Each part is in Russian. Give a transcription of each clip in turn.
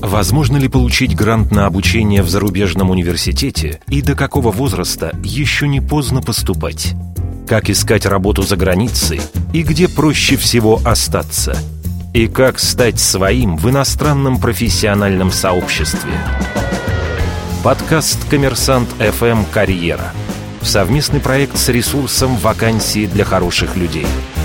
Возможно ли получить грант на обучение в зарубежном университете и до какого возраста еще не поздно поступать? Как искать работу за границей и где проще всего остаться? И как стать своим в иностранном профессиональном сообществе? Подкаст «Коммерсант ФМ. Карьера». Совместный проект с ресурсом «Вакансии для хороших людей».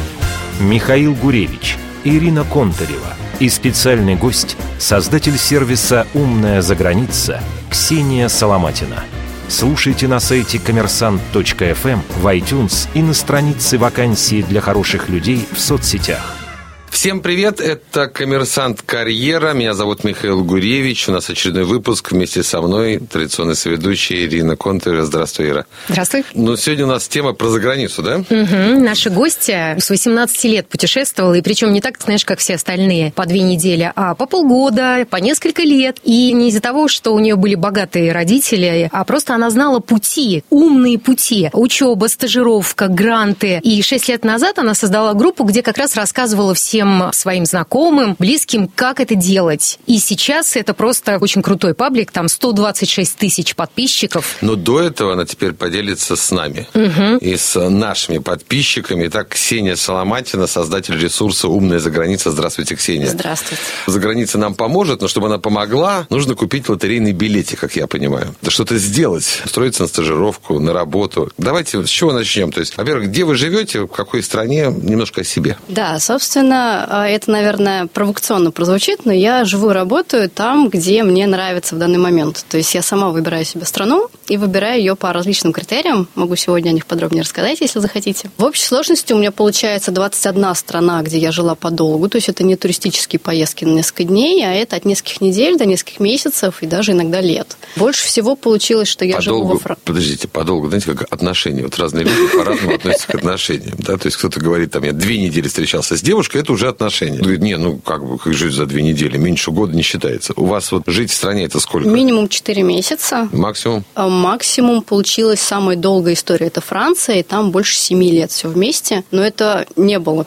Михаил Гуревич, Ирина Контарева и специальный гость – создатель сервиса «Умная заграница» Ксения Соломатина. Слушайте на сайте коммерсант.фм, в iTunes и на странице «Вакансии для хороших людей» в соцсетях. Всем привет, это «Коммерсант. Карьера». Меня зовут Михаил Гуревич. У нас очередной выпуск. Вместе со мной традиционный соведущий Ирина Контарева. Здравствуй, Ира. Здравствуй. Ну, сегодня у нас тема про заграницу, да? Наша гостья с 18 лет путешествовала, и причем не так, знаешь, как все остальные, по 2 недели, а по полгода, по несколько лет. И не из-за того, что у нее были богатые родители, а просто она знала пути, умные пути. Учеба, стажировка, гранты. И 6 лет назад она создала группу, где как раз рассказывала всем своим знакомым, близким, как это делать. И сейчас это просто очень крутой паблик, там 126 тысяч подписчиков. Но до этого она теперь поделится с нами и с нашими подписчиками. Итак, Ксения Соломатина, создатель ресурса «Умная заграница». Здравствуйте, Ксения. Здравствуйте. Заграница нам поможет, но чтобы она помогла, нужно купить лотерейный билетик, как я понимаю. Да что-то сделать, устроиться на стажировку, на работу. Давайте с чего начнем? То есть, во-первых, где вы живете, в какой стране, немножко о себе. Да, собственно, это, наверное, провокационно прозвучит, но я живу и работаю там, где мне нравится в данный момент. То есть я сама выбираю себе страну и выбираю ее по различным критериям. Могу сегодня о них подробнее рассказать, если захотите. В общей сложности у меня получается 21 страна, где я жила подолгу. То есть это не туристические поездки на несколько дней, а это от нескольких недель до нескольких месяцев и даже иногда лет. Больше всего получилось, что я живу во Франции. Подождите, подолгу, знаете, как отношения. Вот разные люди по-разному относятся к отношениям. Да? То есть кто-то говорит, там, я 2 недели встречался с девушкой, это уже отношения. Говорит, как жить за 2 недели? Меньше года не считается. У вас вот жить в стране это сколько? Минимум 4 месяца. Максимум? Максимум получилась самая долгая история. Это Франция, и там больше 7 лет все вместе. Но это не было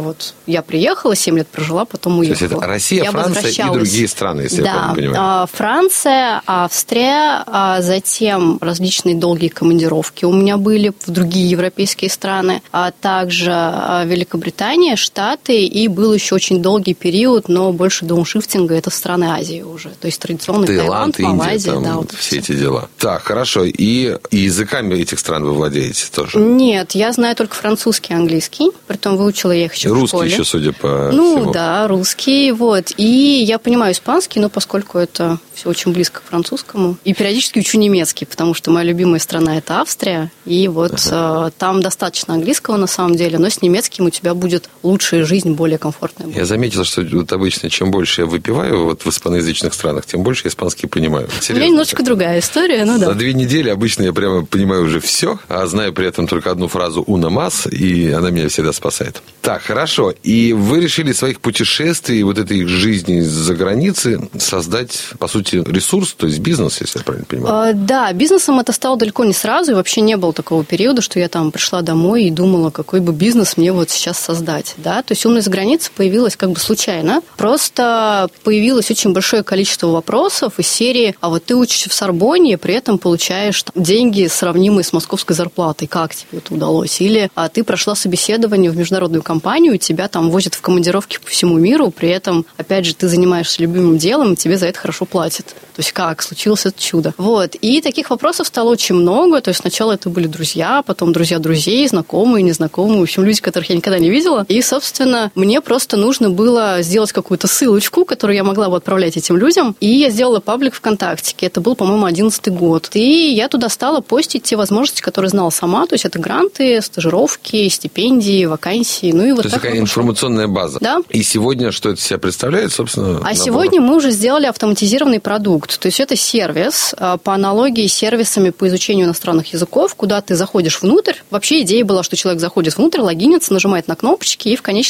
я приехала, 7 лет прожила, потом уехала. То есть это Россия, Франция и другие страны, если я правильно понимаю. Да, Франция, Австрия, а затем различные долгие командировки у меня были в другие европейские страны, а также Великобритания, Штаты, и был еще очень долгий период, но больше дауншифтинга, это страны Азии уже. То есть традиционный Таиланд, Малайзия. Индия, там, все эти дела. Так, хорошо. И языками этих стран вы владеете тоже? Нет, я знаю только французский и английский. Притом выучила я их еще в школе. Русский еще, судя по всему. Да, русский. И я понимаю испанский, но поскольку это все очень близко к французскому. И периодически учу немецкий, потому что моя любимая страна – это Австрия. И там достаточно английского на самом деле, но с немецким у тебя будет лучшая жизнь, более комфортная. Я заметил, что обычно чем больше я выпиваю в испаноязычных странах, тем больше я испанский понимаю. Серьезно. У меня немножечко другая история, За 2 недели обычно я прямо понимаю уже все, а знаю при этом только одну фразу «una más», и она меня всегда спасает. Так, хорошо. И вы решили своих путешествий, этой жизни за границей создать, по сути, ресурс, то есть бизнес, если я правильно понимаю? Да, бизнесом это стало далеко не сразу, и вообще не было такого периода, что я там пришла домой и думала, какой бы бизнес мне сейчас создать. Да? То есть «Умная заграница» появилась случайно. Просто появилось очень большое количество вопросов из серии «А вот ты учишься в Сорбонне, и при этом получаешь деньги, сравнимые с московской зарплатой. Как тебе это удалось?» Или «А ты прошла собеседование в международную компанию, тебя там возят в командировки по всему миру, при этом, опять же, ты занимаешься любимым делом, и тебе за это хорошо платят». То есть как случилось это чудо? И таких вопросов стало очень много. То есть сначала это были друзья, потом друзья друзей, знакомые, незнакомые, в общем, люди, которых я никогда не видела. И, собственно, мне просто нужно было сделать какую-то ссылочку, которую я могла отправлять этим людям. И я сделала паблик ВКонтактике. Это был, по-моему, 2011 год. И я туда стала постить те возможности, которые знала сама. То есть это гранты, стажировки, стипендии, вакансии. То есть такая информационная база. Да. И сегодня что это себя представляет, собственно? Сегодня мы уже сделали автоматизированный продукт. То есть это сервис, по аналогии с сервисами по изучению иностранных языков, куда ты заходишь внутрь. Вообще идея была, что человек заходит внутрь, логинится, нажимает на кнопочки и в конечном итоге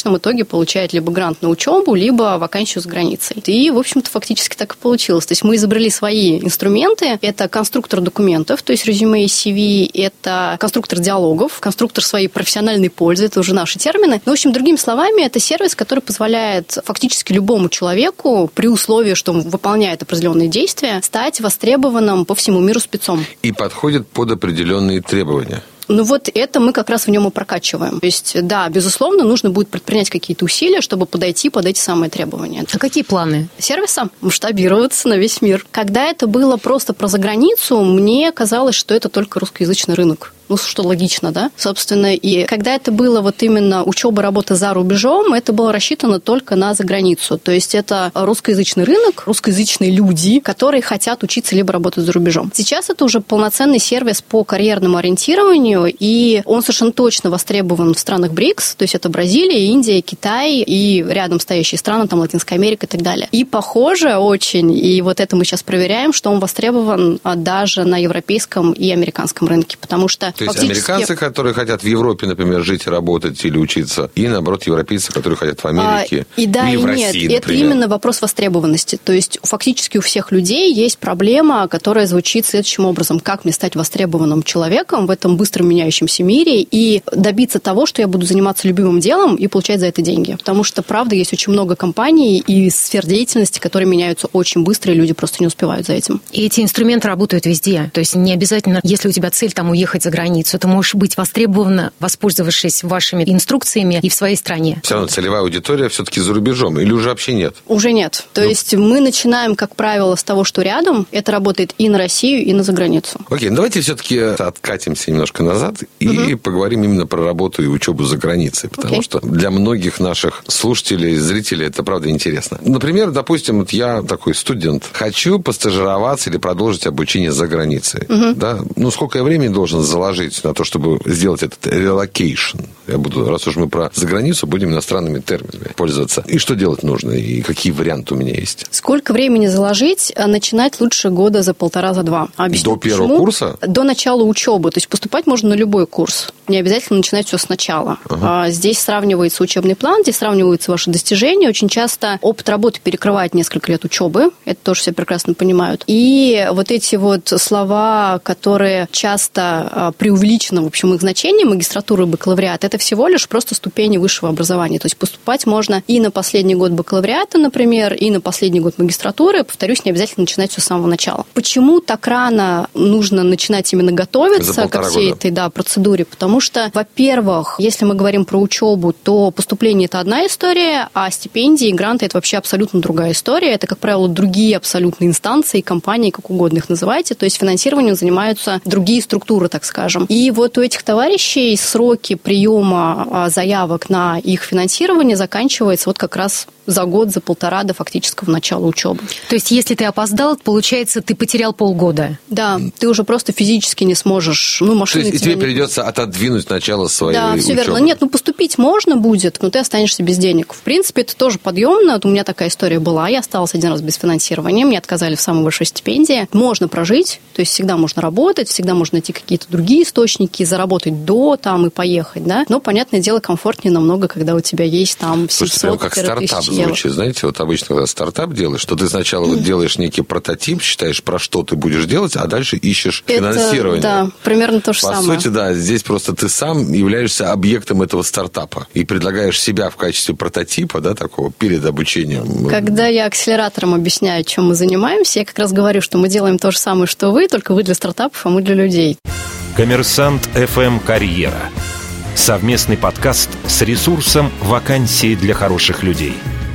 получает либо грант на учебу, либо вакансию за границей. И, в общем-то, фактически так и получилось. То есть мы изобрели свои инструменты. Это конструктор документов, то есть резюме и CV, это конструктор диалогов, конструктор своей профессиональной пользы, это уже наши термины. Но, в общем, другими словами, это сервис, который позволяет фактически любому человеку, при условии, что он выполняет определенные действия, стать востребованным по всему миру спецом. И подходит под определенные требования. Ну вот это мы как раз в нем и прокачиваем. То есть, да, безусловно, нужно будет предпринять какие-то усилия, чтобы подойти под эти самые требования. А какие планы? Сервиса масштабироваться на весь мир. Когда это было просто про заграницу, мне казалось, что это только русскоязычный рынок. Ну, что логично, да? Собственно, и когда это было вот именно учеба, работа за рубежом, это было рассчитано только на заграницу. То есть это русскоязычный рынок, русскоязычные люди, которые хотят учиться либо работать за рубежом. Сейчас это уже полноценный сервис по карьерному ориентированию, и он совершенно точно востребован в странах БРИКС, то есть это Бразилия, Индия, Китай и рядом стоящие страны, там Латинская Америка и так далее. И похоже очень, и вот это мы сейчас проверяем, что он востребован даже на европейском и американском рынке, потому что то есть американцы, которые хотят в Европе, например, жить, работать или учиться, и, наоборот, европейцы, которые хотят в Америке и да, или и в нет. России, Это например. именно вопрос востребованности. То есть фактически у всех людей есть проблема, которая звучит следующим образом. Как мне стать востребованным человеком в этом быстро меняющемся мире и добиться того, что я буду заниматься любимым делом и получать за это деньги. Потому что, правда, есть очень много компаний и сфер деятельности, которые меняются очень быстро, и люди просто не успевают за этим. И эти инструменты работают везде. То есть не обязательно, если у тебя цель там уехать за границу, ты можешь быть востребована, воспользовавшись вашими инструкциями и в своей стране. Все равно целевая аудитория все-таки за рубежом, или уже вообще нет? Уже нет. То есть мы начинаем, как правило, с того, что рядом. Это работает и на Россию, и на заграницу. Окей, давайте все-таки откатимся немножко назад и поговорим именно про работу и учебу за границей, потому что для многих наших слушателей, зрителей это, правда, интересно. Например, допустим, вот я такой студент, хочу постажироваться или продолжить обучение за границей. Да? Ну, сколько я времени должен заложить на то, чтобы сделать этот relocation? Я буду, раз уж мы про заграницу, будем иностранными терминами пользоваться. И что делать нужно? И какие варианты у меня есть? Сколько времени заложить? Начинать лучше года за 1,5-2. Объясню, до первого почему. Курса? До начала учебы. То есть поступать можно на любой курс. Не обязательно начинать все сначала. Здесь сравнивается учебный план, здесь сравниваются ваши достижения. Очень часто опыт работы перекрывает несколько лет учебы. Это тоже все прекрасно понимают. И вот эти вот слова, которые часто преувеличено, в общем, их значение, магистратура и бакалавриат, это всего лишь просто ступени высшего образования. То есть поступать можно и на последний год бакалавриата, например, и на последний год магистратуры. Повторюсь, не обязательно начинать все с самого начала. Почему так рано нужно начинать именно готовиться ко всей этой процедуре? Потому что, во-первых, если мы говорим про учебу, то поступление – это одна история, а стипендии и гранты – это вообще абсолютно другая история. Это, как правило, другие абсолютно инстанции, компании, как угодно их называйте. То есть финансированием занимаются другие структуры, так скажем. И вот у этих товарищей сроки приема заявок на их финансирование заканчивается вот как раз за год, за полтора до фактического начала учебы. То есть, если ты опоздал, получается, ты потерял полгода? Да, ты уже просто физически не сможешь. То есть, и тебе придется отодвинуть начало своей учебы. Да, все верно. Нет, поступить можно будет, но ты останешься без денег. В принципе, это тоже подъемно. Вот у меня такая история была. Я осталась один раз без финансирования, мне отказали в самой большой стипендии. Можно прожить, то есть всегда можно работать, всегда можно найти какие-то другие источники, заработать до там и поехать, да. Но, понятное дело, комфортнее намного, когда у тебя есть там 700 как стартап звучит. Знаете, вот обычно, когда стартап делаешь, что ты сначала вот делаешь некий прототип, считаешь, про что ты будешь делать, а дальше ищешь финансирование. Да, примерно то же самое. По сути, да, здесь просто ты сам являешься объектом этого стартапа и предлагаешь себя в качестве прототипа, да, такого перед обучением. Когда я акселераторам объясняю, чем мы занимаемся, я как раз говорю, что мы делаем то же самое, что вы, только вы для стартапов, а мы для людей. Коммерсант FM «Карьера». Совместный подкаст с ресурсом «Вакансии для хороших людей».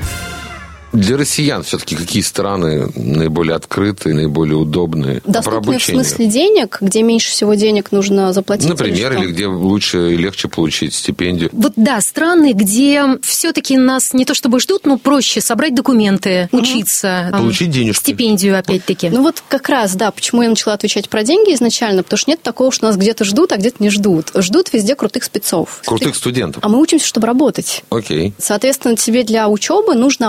Для россиян все-таки какие страны наиболее открытые, наиболее удобные по обучению? В смысле денег, где меньше всего денег нужно заплатить? Например, или где лучше и легче получить стипендию? Вот да, страны, где все-таки нас не то чтобы ждут, но проще собрать документы, учиться. Получить денежку. Стипендию, опять-таки. Ну вот как раз, да, почему я начала отвечать про деньги изначально, потому что нет такого, что нас где-то ждут, а где-то не ждут. Ждут везде крутых спецов. Крутых студентов. А мы учимся, чтобы работать. Окей. Соответственно, тебе для учебы нужно обосновать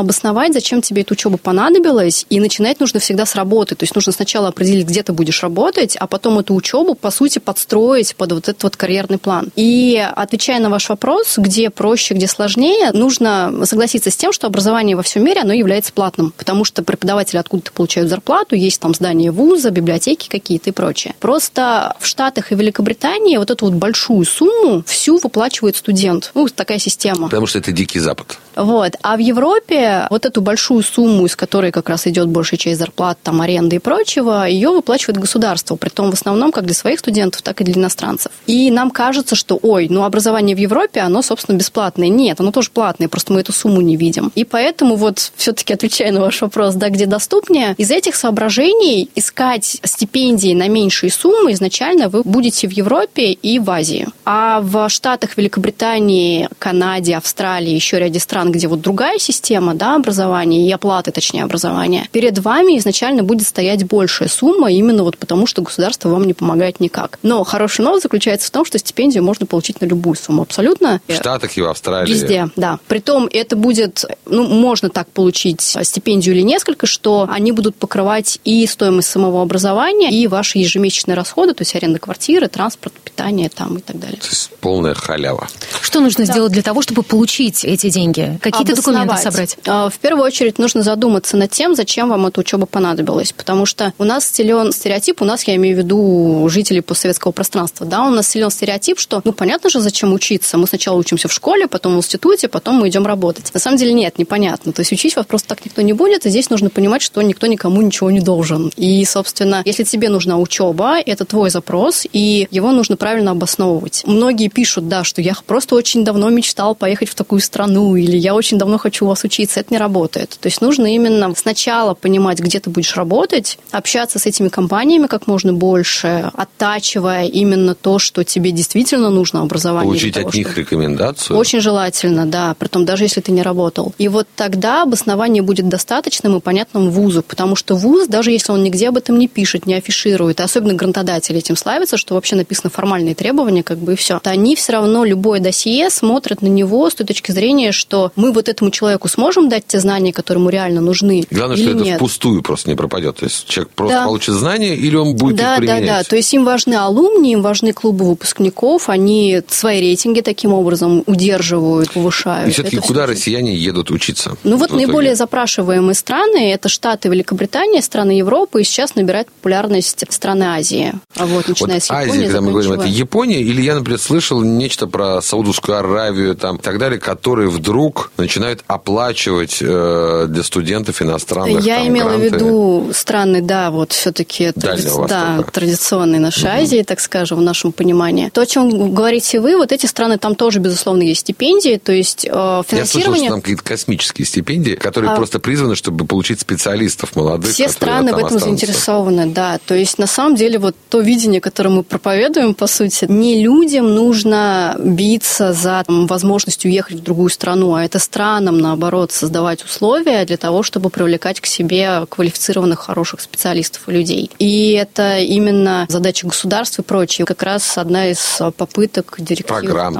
понимать, зачем тебе эта учеба понадобилась, и начинать нужно всегда с работы. То есть нужно сначала определить, где ты будешь работать, а потом эту учебу, по сути, подстроить под вот этот вот карьерный план. И отвечая на ваш вопрос, где проще, где сложнее, нужно согласиться с тем, что образование во всем мире, оно является платным, потому что преподаватели откуда-то получают зарплату, есть там здания вуза, библиотеки какие-то и прочее. Просто в Штатах и Великобритании вот эту вот большую сумму всю выплачивает студент. Такая система. Потому что это Дикий Запад. Вот. А в Европе вот эту большую сумму, из которой как раз идет большая часть зарплат, там, аренды и прочего, ее выплачивает государство, притом в основном как для своих студентов, так и для иностранцев. И нам кажется, что, образование в Европе, оно, собственно, бесплатное. Нет, оно тоже платное, просто мы эту сумму не видим. И поэтому вот все-таки отвечая на ваш вопрос, да, где доступнее, из этих соображений искать стипендии на меньшие суммы изначально вы будете в Европе и в Азии. А в Штатах, Великобритании, Канаде, Австралии, еще ряде стран, где вот другая система, да, образования и оплаты, точнее, образования, перед вами изначально будет стоять большая сумма, именно вот потому, что государство вам не помогает никак. Но хорошая новость заключается в том, что стипендию можно получить на любую сумму, абсолютно. В Штатах и в Австралии. Везде, да. Притом это будет, можно так получить стипендию или несколько, что они будут покрывать и стоимость самого образования, и ваши ежемесячные расходы, то есть аренда квартиры, транспорт, питание там и так далее. То есть полная халява. Что нужно сделать для того, чтобы получить эти деньги? Какие-то документы собрать? В первую очередь нужно задуматься над тем, зачем вам эта учеба понадобилась. Потому что у нас силен стереотип, я имею в виду жителей постсоветского пространства, да, у нас силен стереотип, что, понятно же, зачем учиться. Мы сначала учимся в школе, потом в институте, потом мы идем работать. На самом деле нет, непонятно. То есть учить вас просто так никто не будет, и здесь нужно понимать, что никто никому ничего не должен. И, собственно, если тебе нужна учеба, это твой запрос, и его нужно правильно обосновывать. Многие пишут, да, что я просто очень давно мечтал поехать в такую страну, или я очень давно хочу у вас учиться. Это не работает. То есть нужно именно сначала понимать, где ты будешь работать, общаться с этими компаниями как можно больше, оттачивая именно то, что тебе действительно нужно образование. Получить от них рекомендацию. Очень желательно, да, притом даже если ты не работал. И вот тогда обоснование будет достаточным и понятным вузу, потому что вуз, даже если он нигде об этом не пишет, не афиширует, и особенно грантодатели этим славятся, что вообще написано формальные требования, и все, то они все равно любое досье смотрят на него с той точки зрения, что мы вот этому человеку сможем дать те знания, которые ему реально нужны. Главное, что это впустую просто не пропадет. То есть человек просто получит знания, или он будет их применять. Да. То есть им важны алумни, им важны клубы выпускников, они свои рейтинги таким образом удерживают, повышают. И все-таки куда россияне едут учиться? Наиболее запрашиваемые страны – это Штаты, Великобритания, страны Европы, и сейчас набирают популярность страны Азии. Начиная с Японии. Азия, когда мы говорим, это Япония, или я, например, слышал нечто про Саудовскую Аравию там, и так далее, которые вдруг начинают оплачивать для студентов иностранных Я имела в виду страны, все-таки традиционной нашей Азии, так скажем, в нашем понимании. То, о чем говорите вы, вот эти страны, там тоже, безусловно, есть стипендии, то есть финансирование... Я слышал, что там какие-то космические стипендии, которые просто призваны, чтобы получить специалистов молодых. Все страны в этом заинтересованы, да. То есть, на самом деле, вот то видение, которое мы проповедуем, по сути, не людям нужно биться за возможность уехать в другую страну, а это странам, наоборот, создавать условия для того, чтобы привлекать к себе квалифицированных, хороших специалистов и людей. И это именно задача государства и прочее. Как раз одна из попыток директив, программ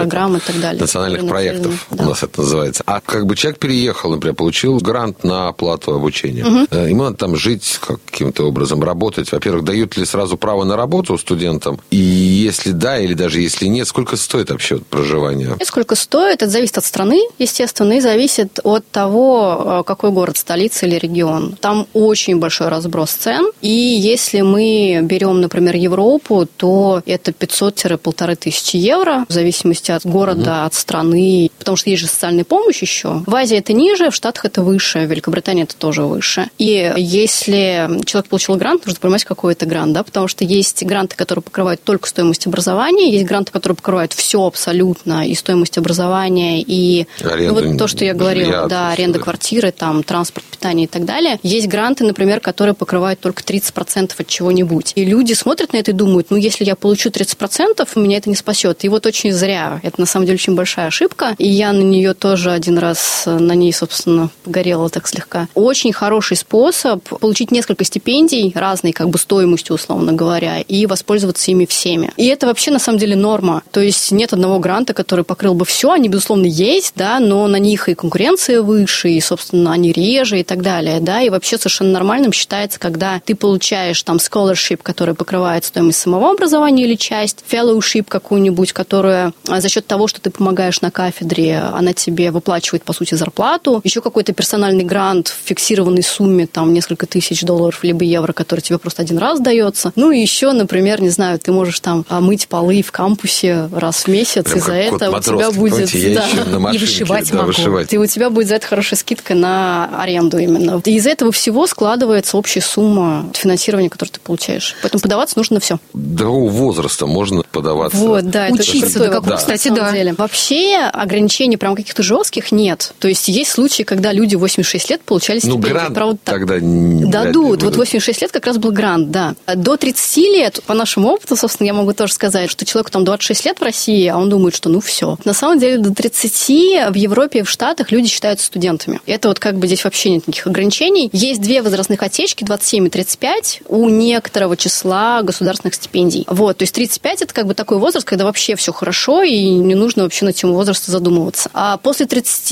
и так далее. Национальных проектов у нас это называется. А человек переехал, например, получил грант на оплату обучения. Ему надо там жить каким-то образом, работать. Во-первых, дают ли сразу право на работу студентам? И если да, или даже если нет, сколько стоит вообще проживание? Сколько стоит, это зависит от страны, естественно, и зависит от того, какой город, столица или регион. Там очень большой разброс цен. И если мы берем, например, Европу, то это 500-1500 евро, в зависимости от города, от страны, потому что есть же социальная помощь еще. В Азии это ниже, в Штатах это выше, в Великобритании это тоже выше. И если человек получил грант, нужно понимать, какой это грант, да, потому что есть гранты, которые покрывают только стоимость образования, есть гранты, которые покрывают все абсолютно, и стоимость образования, и то, что я говорила, аренда квартиры, там, транспорт, питание и так далее. Есть гранты, например, которые покрывают только 30% от чего-нибудь. И люди смотрят на это и думают, если я получу 30%, меня это не спасет. И вот очень зря. Это, на самом деле, очень большая ошибка. И я на нее тоже один раз, собственно, погорела так слегка. Очень хороший способ получить несколько стипендий разной стоимостью, условно говоря, и воспользоваться ими всеми. И это вообще, на самом деле, норма. То есть нет одного гранта, который покрыл бы все. Они, безусловно, есть, да, но на них и конкуренция выше, больше, и, собственно, они реже и так далее, да, и вообще совершенно нормальным считается, когда ты получаешь там scholarship, который покрывает стоимость самого образования или часть, fellowship какую-нибудь, которая за счет того, что ты помогаешь на кафедре, она тебе выплачивает, по сути, зарплату, еще какой-то персональный грант в фиксированной сумме, там, несколько тысяч долларов либо евро, который тебе просто один раз дается. Ну, и еще, например, не знаю, ты можешь там мыть полы в кампусе раз в месяц, прям и за это у тебя будет... И вышивать могу. И у тебя будет за это хорошая скидка на аренду именно. И из этого всего складывается общая сумма финансирования, которое ты получаешь. Поэтому подаваться нужно на все. До какого возраста можно подаваться? Вот, да. Учиться до какого, кстати, да. Вообще ограничений прям каких-то жестких нет. То есть есть случаи, когда люди 86 лет получали стипендию. Ну, грант правда, тогда дадут. Вот 86 лет как раз был грант, да. До 30 лет, по нашему опыту, собственно, я могу тоже сказать, что человеку там 26 лет в России, а он думает, что ну все. На самом деле до 30 в Европе и в Штатах люди считаются студентами. Это вот как бы здесь вообще нет никаких ограничений. Есть две возрастных отсечки, 27 и 35, у некоторого числа государственных стипендий. Вот, то есть 35 – это как бы такой возраст, когда вообще все хорошо, и не нужно вообще на тему возраста задумываться. А после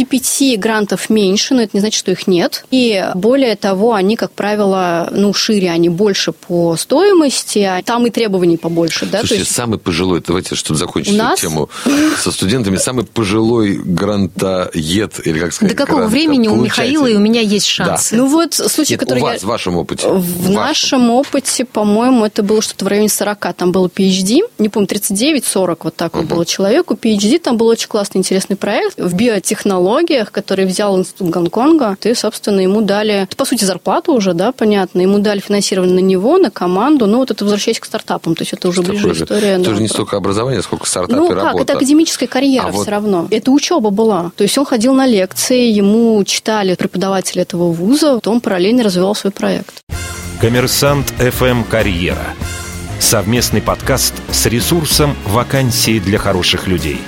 35 грантов меньше, но это не значит, что их нет. И более того, они, как правило, ну, шире, они больше по стоимости, а там и требований побольше. Да? Слушайте, есть... самый пожилой, давайте, чтобы закончить эту тему со студентами, самый пожилой грантоед, или как сказать, до какого времени у Михаила и у меня есть шансы? Да. Ну вот случай, который у вас, в вашем опыте. В нашем опыте, по-моему, это было что-то в районе 40. Там было PhD, не помню, 39-40, вот так вот было человеку. PhD, там был очень классный, интересный проект в биотехнологиях, который взял Институт Гонконга. И, собственно, ему дали, по сути, зарплату уже, да, понятно. Ему дали финансирование на него, на команду. Ну, вот это возвращаясь к стартапам. То есть это уже ближе история. Тоже не столько образования, сколько стартап и работа. Ну, как, это академическая карьера все равно. Это учеба была. То есть он ходил на лекции, ему читали преподаватели этого вуза, потом параллельно развивал свой проект. Коммерсант ФМ «Карьера». Совместный подкаст с ресурсом «Вакансии для хороших людей».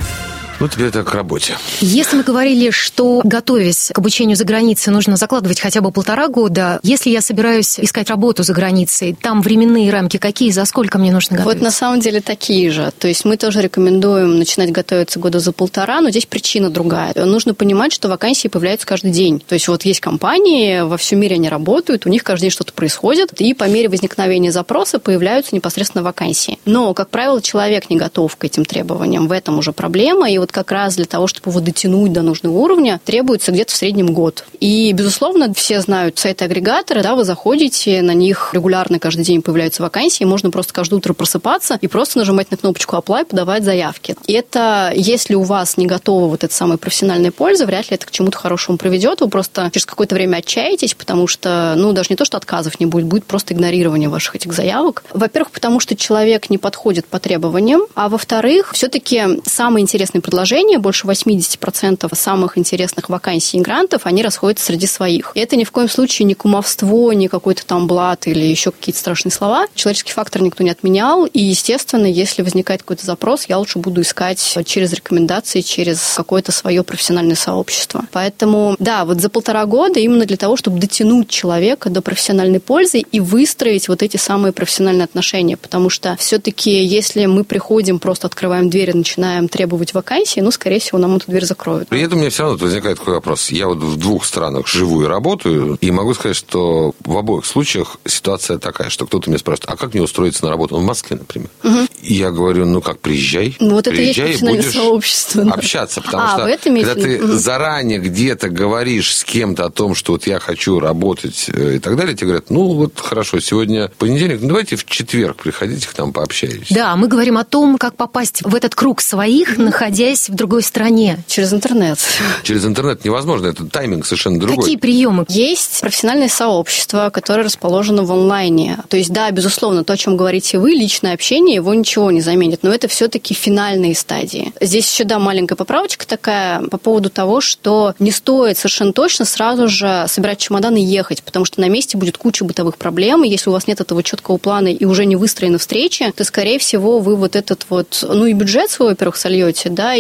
Ну, теперь это к работе. Если мы говорили, что, готовясь к обучению за границей, нужно закладывать хотя бы 1,5 года, если я собираюсь искать работу за границей, там временные рамки какие, за сколько мне нужно готовиться? Вот на самом деле такие же. То есть мы тоже рекомендуем начинать готовиться года за 1,5, но здесь причина другая. Нужно понимать, что вакансии появляются каждый день. То есть вот есть компании, во всем мире они работают, у них каждый день что-то происходит, и по мере возникновения запроса появляются непосредственно вакансии. Но, как правило, человек не готов к этим требованиям. В этом уже проблема, и вот как раз для того, чтобы его дотянуть до нужного уровня, требуется где-то в среднем год. И, безусловно, все знают сайты-агрегаторы, да, вы заходите, на них регулярно каждый день появляются вакансии, можно просто каждое утро просыпаться и просто нажимать на кнопочку «Apply», подавать заявки. И это, если у вас не готова вот эта самая профессиональная польза, вряд ли это к чему-то хорошему приведет, вы просто через какое-то время отчаетесь, потому что, ну, даже не то, что отказов не будет просто игнорирование ваших этих заявок. Во-первых, потому что человек не подходит по требованиям, а во-вторых, все-таки самые интересные предложения, больше 80% самых интересных вакансий и грантов, они расходятся среди своих. И это ни в коем случае не кумовство, не какой-то там блат или еще какие-то страшные слова. Человеческий фактор никто не отменял. И, естественно, если возникает какой-то запрос, я лучше буду искать через рекомендации, через какое-то свое профессиональное сообщество. Поэтому, да, вот за 1,5 года именно для того, чтобы дотянуть человека до профессиональной пользы и выстроить вот эти самые профессиональные отношения. Потому что все-таки, если мы приходим, просто открываем дверь и начинаем требовать вакансий, ну, скорее всего, нам эту дверь закроют. При этом у меня все равно возникает такой вопрос. Я вот в 2 странах живу и работаю, и могу сказать, что в обоих случаях ситуация такая, что кто-то меня спрашивает, а как мне устроиться на работу? В Москве, например. И я говорю, ну как, приезжай. Ну, вот приезжай, это и есть сообщество. Да. Общаться, потому что когда ты заранее где-то говоришь с кем-то о том, что вот я хочу работать и так далее, тебе говорят, ну вот хорошо, сегодня понедельник, ну давайте в четверг приходите к нам пообщаемся. Да, мы говорим о том, как попасть в этот круг своих, находясь в другой стране. Через интернет. Через интернет невозможно, это тайминг совершенно другой. Какие приемы? Есть профессиональное сообщество, которое расположено в онлайне. То есть, да, безусловно, то, о чем говорите вы, личное общение, его ничего не заменит, но это все-таки финальные стадии. Здесь еще, да, маленькая поправочка такая по поводу того, что не стоит совершенно точно сразу же собирать чемодан и ехать, потому что на месте будет куча бытовых проблем, и если у вас нет этого четкого плана и уже не выстроена встреча, то, скорее всего, вы вот этот вот, ну и бюджет свой, во-первых, сольете, да, и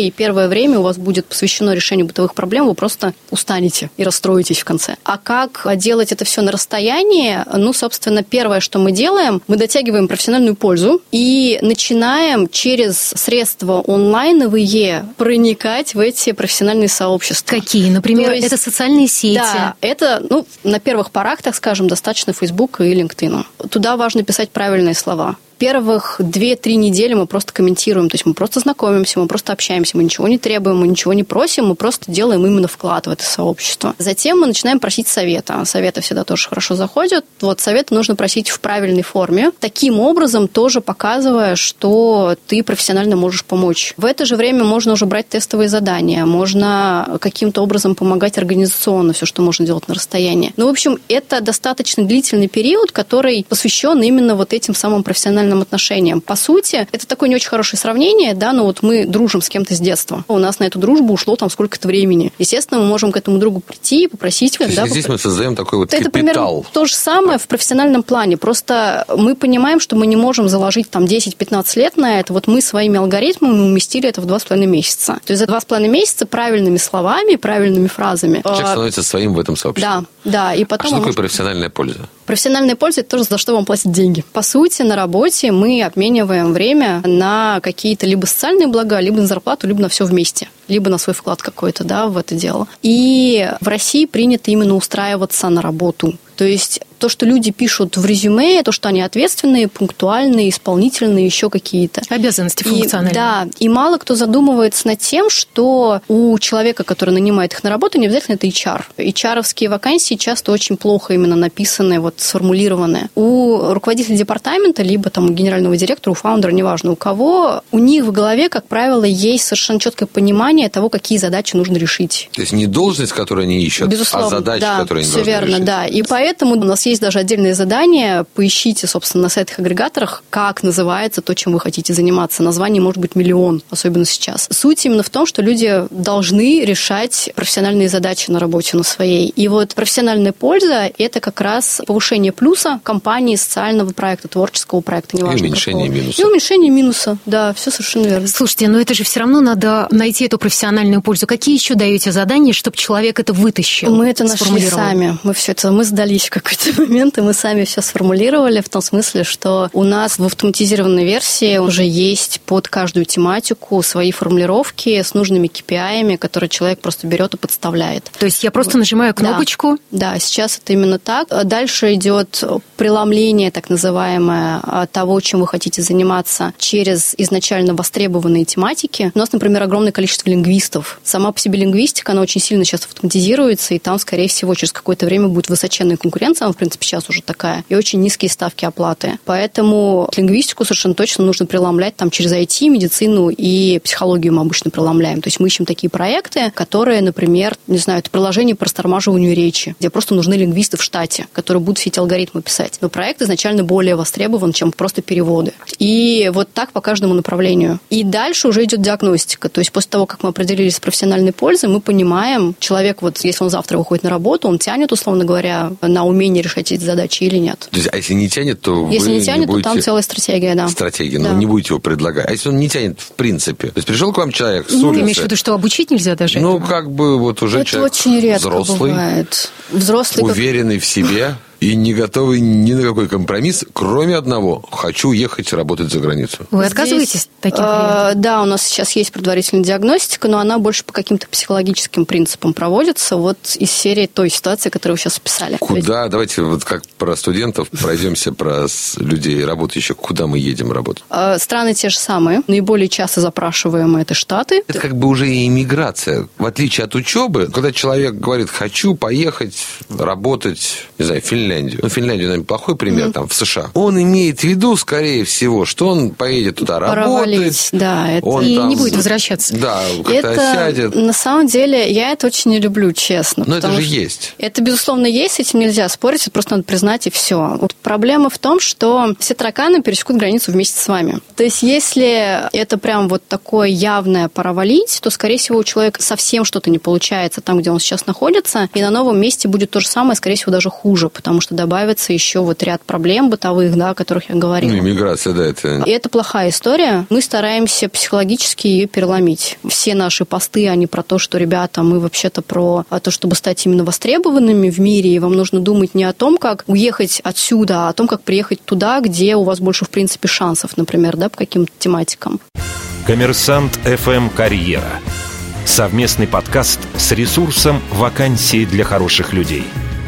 и первое время у вас будет посвящено решению бытовых проблем, вы просто устанете и расстроитесь в конце. А как делать это все на расстоянии? Ну, собственно, первое, что мы делаем, мы дотягиваем профессиональную пользу и начинаем через средства онлайновые проникать в эти профессиональные сообщества. Какие? Например, это социальные сети? Да, это, на первых порах, так скажем, достаточно Facebook и LinkedIn. Туда важно писать правильные слова. Первых 2-3 недели мы просто комментируем, то есть мы просто знакомимся, мы просто общаемся, мы ничего не требуем, мы ничего не просим, мы просто делаем именно вклад в это сообщество. Затем мы начинаем просить совета. Советы всегда тоже хорошо заходят. Вот советы нужно просить в правильной форме, таким образом тоже показывая, что ты профессионально можешь помочь. В это же время можно уже брать тестовые задания, можно каким-то образом помогать организационно, все, что можно делать на расстоянии. В общем, это достаточно длительный период, который посвящен именно вот этим самым профессиональным отношениям. По сути, это такое не очень хорошее сравнение, да, но вот мы дружим с кем-то с детства. У нас на эту дружбу ушло там сколько-то времени. Естественно, мы можем к этому другу прийти и попросить... Здесь мы создаем такой вот это капитал. Примерно то же самое в профессиональном плане. Просто мы понимаем, что мы не можем заложить там 10-15 лет на это. Вот мы своими алгоритмами уместили это в 2,5 месяца. То есть за 2,5 месяца правильными словами, правильными фразами... Человек становится своим в этом сообществе. Да. И потом что такое профессиональная польза? Профессиональная польза – это тоже за что вам платят деньги. По сути, на работе мы обмениваем время на какие-то либо социальные блага, либо на зарплату, либо на все вместе, либо на свой вклад какой-то, да, в это дело. И в России принято именно устраиваться на работу. То есть то, что люди пишут в резюме, то, что они ответственные, пунктуальные, исполнительные, еще какие-то. Обязанности функциональные. Да, и мало кто задумывается над тем, что у человека, который нанимает их на работу, не обязательно это HR. HR-овские вакансии часто очень плохо именно написаны, вот сформулированы. У руководителя департамента, либо там у генерального директора, у фаундера, неважно у кого, у них в голове, как правило, есть совершенно четкое понимание того, какие задачи нужно решить. То есть не должность, которую они ищут, безусловно, а задачи, да, которые они должны решить. Все верно, да. И поэтому у нас есть даже отдельное задание. Поищите, собственно, на сайтах-агрегаторах, как называется то, чем вы хотите заниматься. Названий может быть миллион, особенно сейчас. Суть именно в том, что люди должны решать профессиональные задачи на работе на своей. И вот профессиональная польза – это как раз повышение плюса компании, социального проекта, творческого проекта, неважно. И уменьшение минуса. И уменьшение минуса, да, все совершенно верно. Слушайте, но это же все равно надо найти эту профессиональную пользу. Какие еще даете задания, чтобы человек это вытащил? Мы это нашли сами. Мы сдались в какой-то момент, и мы сами все сформулировали в том смысле, что у нас в автоматизированной версии уже есть под каждую тематику свои формулировки с нужными KPI-ами, которые человек просто берет и подставляет. То есть я просто нажимаю кнопочку? Да, сейчас это именно так. Дальше идет преломление, так называемое, того, чем вы хотите заниматься через изначально востребованные тематики. У нас, например, огромное количество лингвистов. Сама по себе лингвистика, она очень сильно сейчас автоматизируется, и там, скорее всего, через какое-то время будет высоченная конкуренция, она, в принципе, сейчас уже такая, и очень низкие ставки оплаты. Поэтому лингвистику совершенно точно нужно преломлять там через IT, медицину и психологию мы обычно преломляем. То есть мы ищем такие проекты, которые, например, не знаю, это приложение по растормаживанию речи, где просто нужны лингвисты в штате, которые будут все эти алгоритмы писать. Но проект изначально более востребован, чем просто переводы. И вот так по каждому направлению. И дальше уже идет диагностика. То есть после того, как мы определились с профессиональной пользой, мы понимаем, человек, вот если он завтра выходит на работу, он тянет, условно говоря, на умение решать эти задачи или нет. То есть, а если не тянет, то если вы не тянет, будете... то там целая стратегия, да. Стратегия, да. но не будете его предлагать. А если он не тянет в принципе? То есть пришел к вам человек с улицы... Ты имеешь в виду, что обучить нельзя даже? Ну, как бы вот уже это человек очень редко взрослый, бывает. Взрослый, уверенный в себе... И не готовый ни на какой компромисс, кроме одного. Хочу ехать работать за границу. Вы отказываетесь от таких клиентов? Да, у нас сейчас есть предварительная диагностика, но она больше по каким-то психологическим принципам проводится, вот из серии той ситуации, которую вы сейчас описали. Куда? Давайте вот как про студентов пройдемся, про людей работающих. Куда мы едем работать? Страны те же самые. Наиболее часто запрашиваемые – это Штаты. Это как бы уже и иммиграция. В отличие от учебы, когда человек говорит, хочу поехать работать, не знаю, в Финляндию. Финляндия, наверное, плохой пример, там, в США. Он имеет в виду, скорее всего, что он поедет туда работать. Да, это... Он и там... не будет возвращаться. Да, как-то сядет. На самом деле, я это очень не люблю, честно. Но это же есть. Это, безусловно, есть, с этим нельзя спорить, это просто надо признать, и все. Вот проблема в том, что все тараканы пересекут границу вместе с вами. То есть, если это прям вот такое явное пора валить, то, скорее всего, у человека совсем что-то не получается там, где он сейчас находится, и на новом месте будет то же самое, скорее всего, даже хуже, потому потому что добавится еще вот ряд проблем бытовых, да, о которых я говорила. Ну, иммиграция, да, это... И это плохая история. Мы стараемся психологически ее переломить. Все наши посты, они про то, что, ребята, мы вообще-то про то, чтобы стать именно востребованными в мире, и вам нужно думать не о том, как уехать отсюда, а о том, как приехать туда, где у вас больше, в принципе, шансов, например, да, по каким-то тематикам. Коммерсант ФМ «Карьера». Совместный подкаст с ресурсом «Вакансии для хороших людей».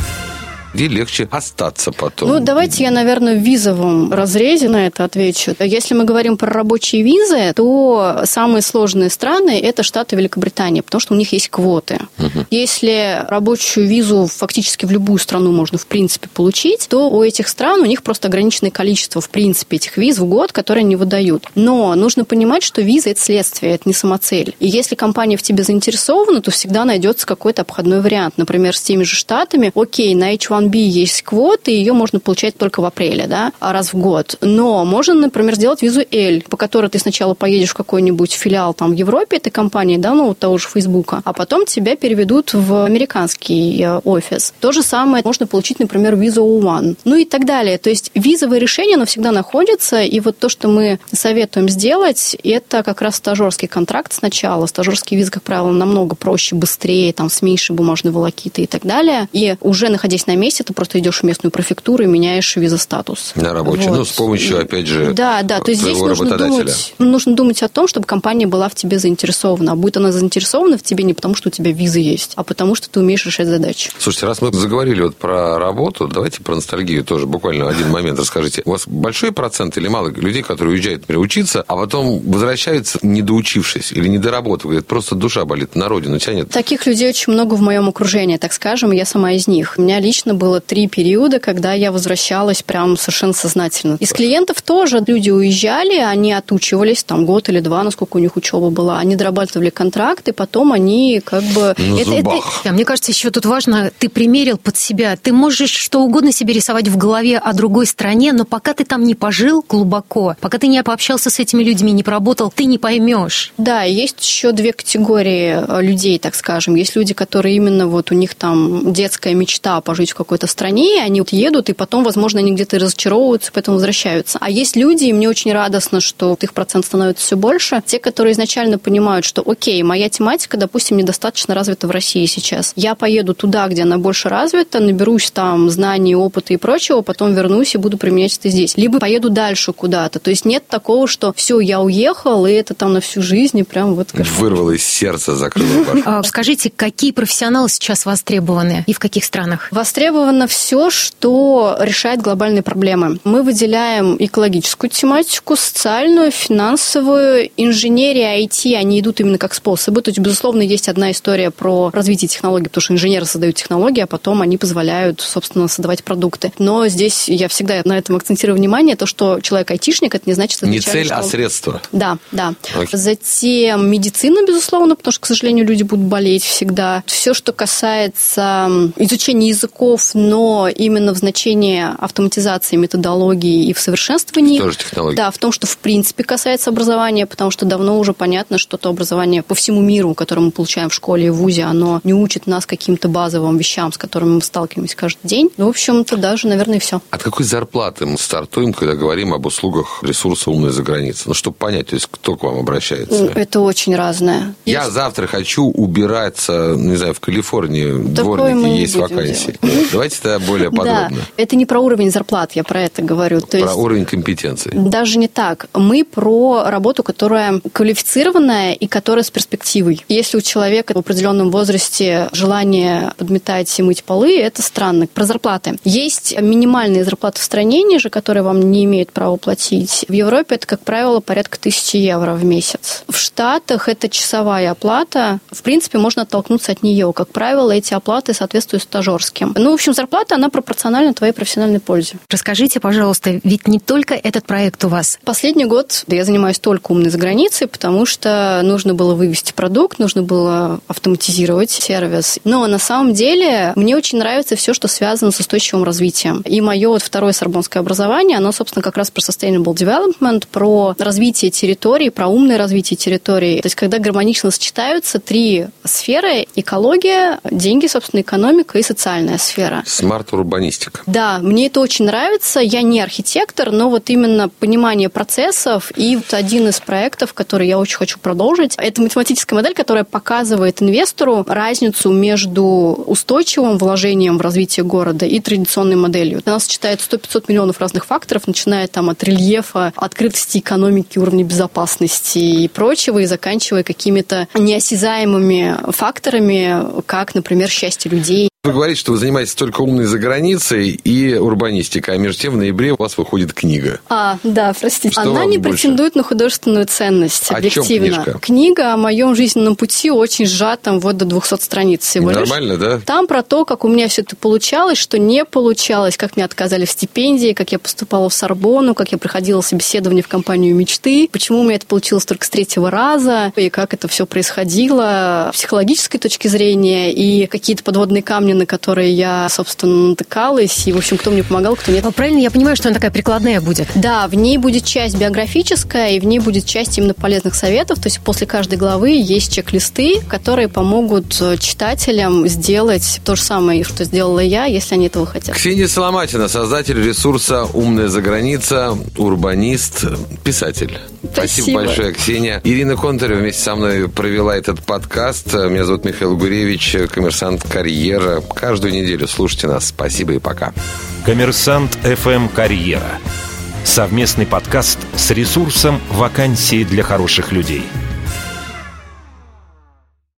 Где легче остаться потом? Ну, давайте я, наверное, в визовом разрезе на это отвечу. Если мы говорим про рабочие визы, то самые сложные страны – это Штаты Великобритании, потому что у них есть квоты. Если рабочую визу фактически в любую страну можно, в принципе, получить, то у этих стран, у них просто ограниченное количество, в принципе, этих виз в год, которые они выдают. Но нужно понимать, что виза – это следствие, это не самоцель. И если компания в тебе заинтересована, то всегда найдется какой-то обходной вариант. Например, с теми же Штатами, окей, на H1B есть квоты, ее можно получать только в апреле, да, раз в год. Но можно, например, сделать визу L, по которой ты сначала поедешь в какой-нибудь филиал там в Европе этой компании, да, ну, вот того же Фейсбука, а потом тебя переведут в американский офис. То же самое можно получить, например, визу O1, ну и так далее. То есть визовое решение, оно всегда находится, и вот то, что мы советуем сделать, это как раз стажерский контракт сначала. Стажерские визы, как правило, намного проще, быстрее, там, с меньшей бумажной волокитой и так далее. И уже находясь на месте, ты просто идешь в местную префектуру и меняешь виза-статус. На рабочий, вот. Ну, с помощью, опять же, да, то есть здесь нужно думать о том, чтобы компания была в тебе заинтересована. А будет она заинтересована в тебе не потому, что у тебя виза есть, а потому, что ты умеешь решать задачи. Слушайте, раз мы заговорили вот про работу, давайте про ностальгию тоже буквально один момент расскажите. У вас большой процент или мало людей, которые уезжают, например, учиться, а потом возвращаются, недоучившись или недоработав, говорят, просто душа болит, на родину тянет? Таких людей очень много в моем окружении, так скажем, я сама из них. У меня лично было 3 периода, когда я возвращалась прям совершенно сознательно. Из клиентов тоже люди уезжали, они отучивались там год или 2, насколько у них учеба была, они дорабатывали контракты, потом они как бы... Мне кажется, еще тут важно, ты примерил под себя. Ты можешь что угодно себе рисовать в голове о другой стране, но пока ты там не пожил глубоко, пока ты не пообщался с этими людьми, не поработал, ты не поймешь. Да, есть еще 2 категории людей, так скажем. Есть люди, которые именно вот у них там детская мечта пожить в какой-то стране, они вот едут, и потом, возможно, они где-то разочаровываются, поэтому возвращаются. А есть люди, и мне очень радостно, что их процент становится все больше, те, которые изначально понимают, что, окей, моя тематика, допустим, недостаточно развита в России сейчас. Я поеду туда, где она больше развита, наберусь там знаний, опыта и прочего, потом вернусь и буду применять это здесь. Либо поеду дальше куда-то. То есть нет такого, что все, я уехал, и это там на всю жизнь, и прям вот... Вырвало из сердца, закрыло башню. Скажите, какие профессионалы сейчас востребованы и в каких странах? Востребовано все, что решает глобальные проблемы. Мы выделяем экологическую тематику, социальную, финансовую, инженерия, IT, они идут именно как способы. То есть, безусловно, есть одна история про развитие технологий, потому что инженеры создают технологии, а потом они позволяют, собственно, создавать продукты. Но здесь я всегда на этом акцентирую внимание, то, что человек-айтишник, это не значит... что не цель, а средство. Да. Затем медицина, безусловно, потому что, к сожалению, люди будут болеть всегда. Все, что касается изучения языков, но именно в значении автоматизации, методологии и в совершенствовании. Тоже технологии. Да, в том, что в принципе касается образования, потому что давно уже понятно, что то образование по всему миру, которое мы получаем в школе и в вузе, оно не учит нас каким-то базовым вещам, с которыми мы сталкиваемся каждый день. Ну, в общем-то, даже, наверное, и все. От какой зарплаты мы стартуем, когда говорим об услугах ресурса «Умная за границей»? Ну, чтобы понять, то есть, кто к вам обращается? Это очень разное. Я завтра хочу убираться, не знаю, в Калифорнии, дворники, есть вакансии. Давайте тогда более подробно. Да, это не про уровень зарплат, я про это говорю. То есть, уровень компетенции. Даже не так. Мы про работу, которая квалифицированная и которая с перспективой. Если у человека в определенном возрасте желание подметать и мыть полы, это странно. Про зарплаты. Есть минимальные зарплаты в стране, ниже которые вам не имеют права платить. В Европе это, как правило, порядка 1000 евро в месяц. В Штатах это часовая оплата. В принципе, можно оттолкнуться от нее. Как правило, эти оплаты соответствуют стажерским. Ну, в общем, зарплата, она пропорциональна твоей профессиональной пользе. Расскажите, пожалуйста, ведь не только этот проект у вас. Последний год я занимаюсь только «Умной за границей», потому что нужно было вывести продукт, нужно было автоматизировать сервис. Но на самом деле мне очень нравится все, что связано с устойчивым развитием. И мое вот второе сорбонское образование, оно, собственно, как раз про sustainable development, про развитие территорий, про умное развитие территорий. То есть, когда гармонично сочетаются 3 сферы: экология, деньги, собственно, экономика и социальная сфера. архитектора. Смарт-урбанистика. Да, мне это очень нравится. Я не архитектор, но вот именно понимание процессов. И вот один из проектов, который я очень хочу продолжить, это математическая модель, которая показывает инвестору разницу между устойчивым вложением в развитие города и традиционной моделью. У нас сочетает 100-500 миллионов разных факторов, начиная там от рельефа, открытости экономики, уровня безопасности и прочего, и заканчивая какими-то неосязаемыми факторами, как, например, счастье людей. Вы говорите, что вы занимаетесь только умной заграницей и урбанистикой, а между тем в ноябре у вас выходит книга. Да, простите. Что Она не претендует на художественную ценность, объективно. О чем книжка? Книга о моем жизненном пути очень сжата, вот до 200 страниц всего лишь. Нормально, да? Там про то, как у меня все это получалось, что не получалось, как мне отказали в стипендии, как я поступала в Сорбонну, как я проходила собеседование в компанию мечты, почему у меня это получилось только с 3-го раза, и как это все происходило с психологической точки зрения, и какие-то подводные камни, на которые я, собственно, натыкалась, и, в общем, кто мне помогал, кто нет. Правильно я понимаю, что она такая прикладная будет? Да, в ней будет часть биографическая, и в ней будет часть именно полезных советов, то есть после каждой главы есть чек-листы, которые помогут читателям сделать то же самое, что сделала я, если они этого хотят. Ксения Соломатина, создатель ресурса «Умная заграница», урбанист, писатель. Спасибо большое, Ксения. Ирина Контарева вместе со мной провела этот подкаст. Меня зовут Михаил Гуревич, «Коммерсант Карьера». Каждую неделю слушайте нас. Спасибо и пока. «Коммерсант ФМ Карьера». Совместный подкаст с ресурсом «Вакансии для хороших людей».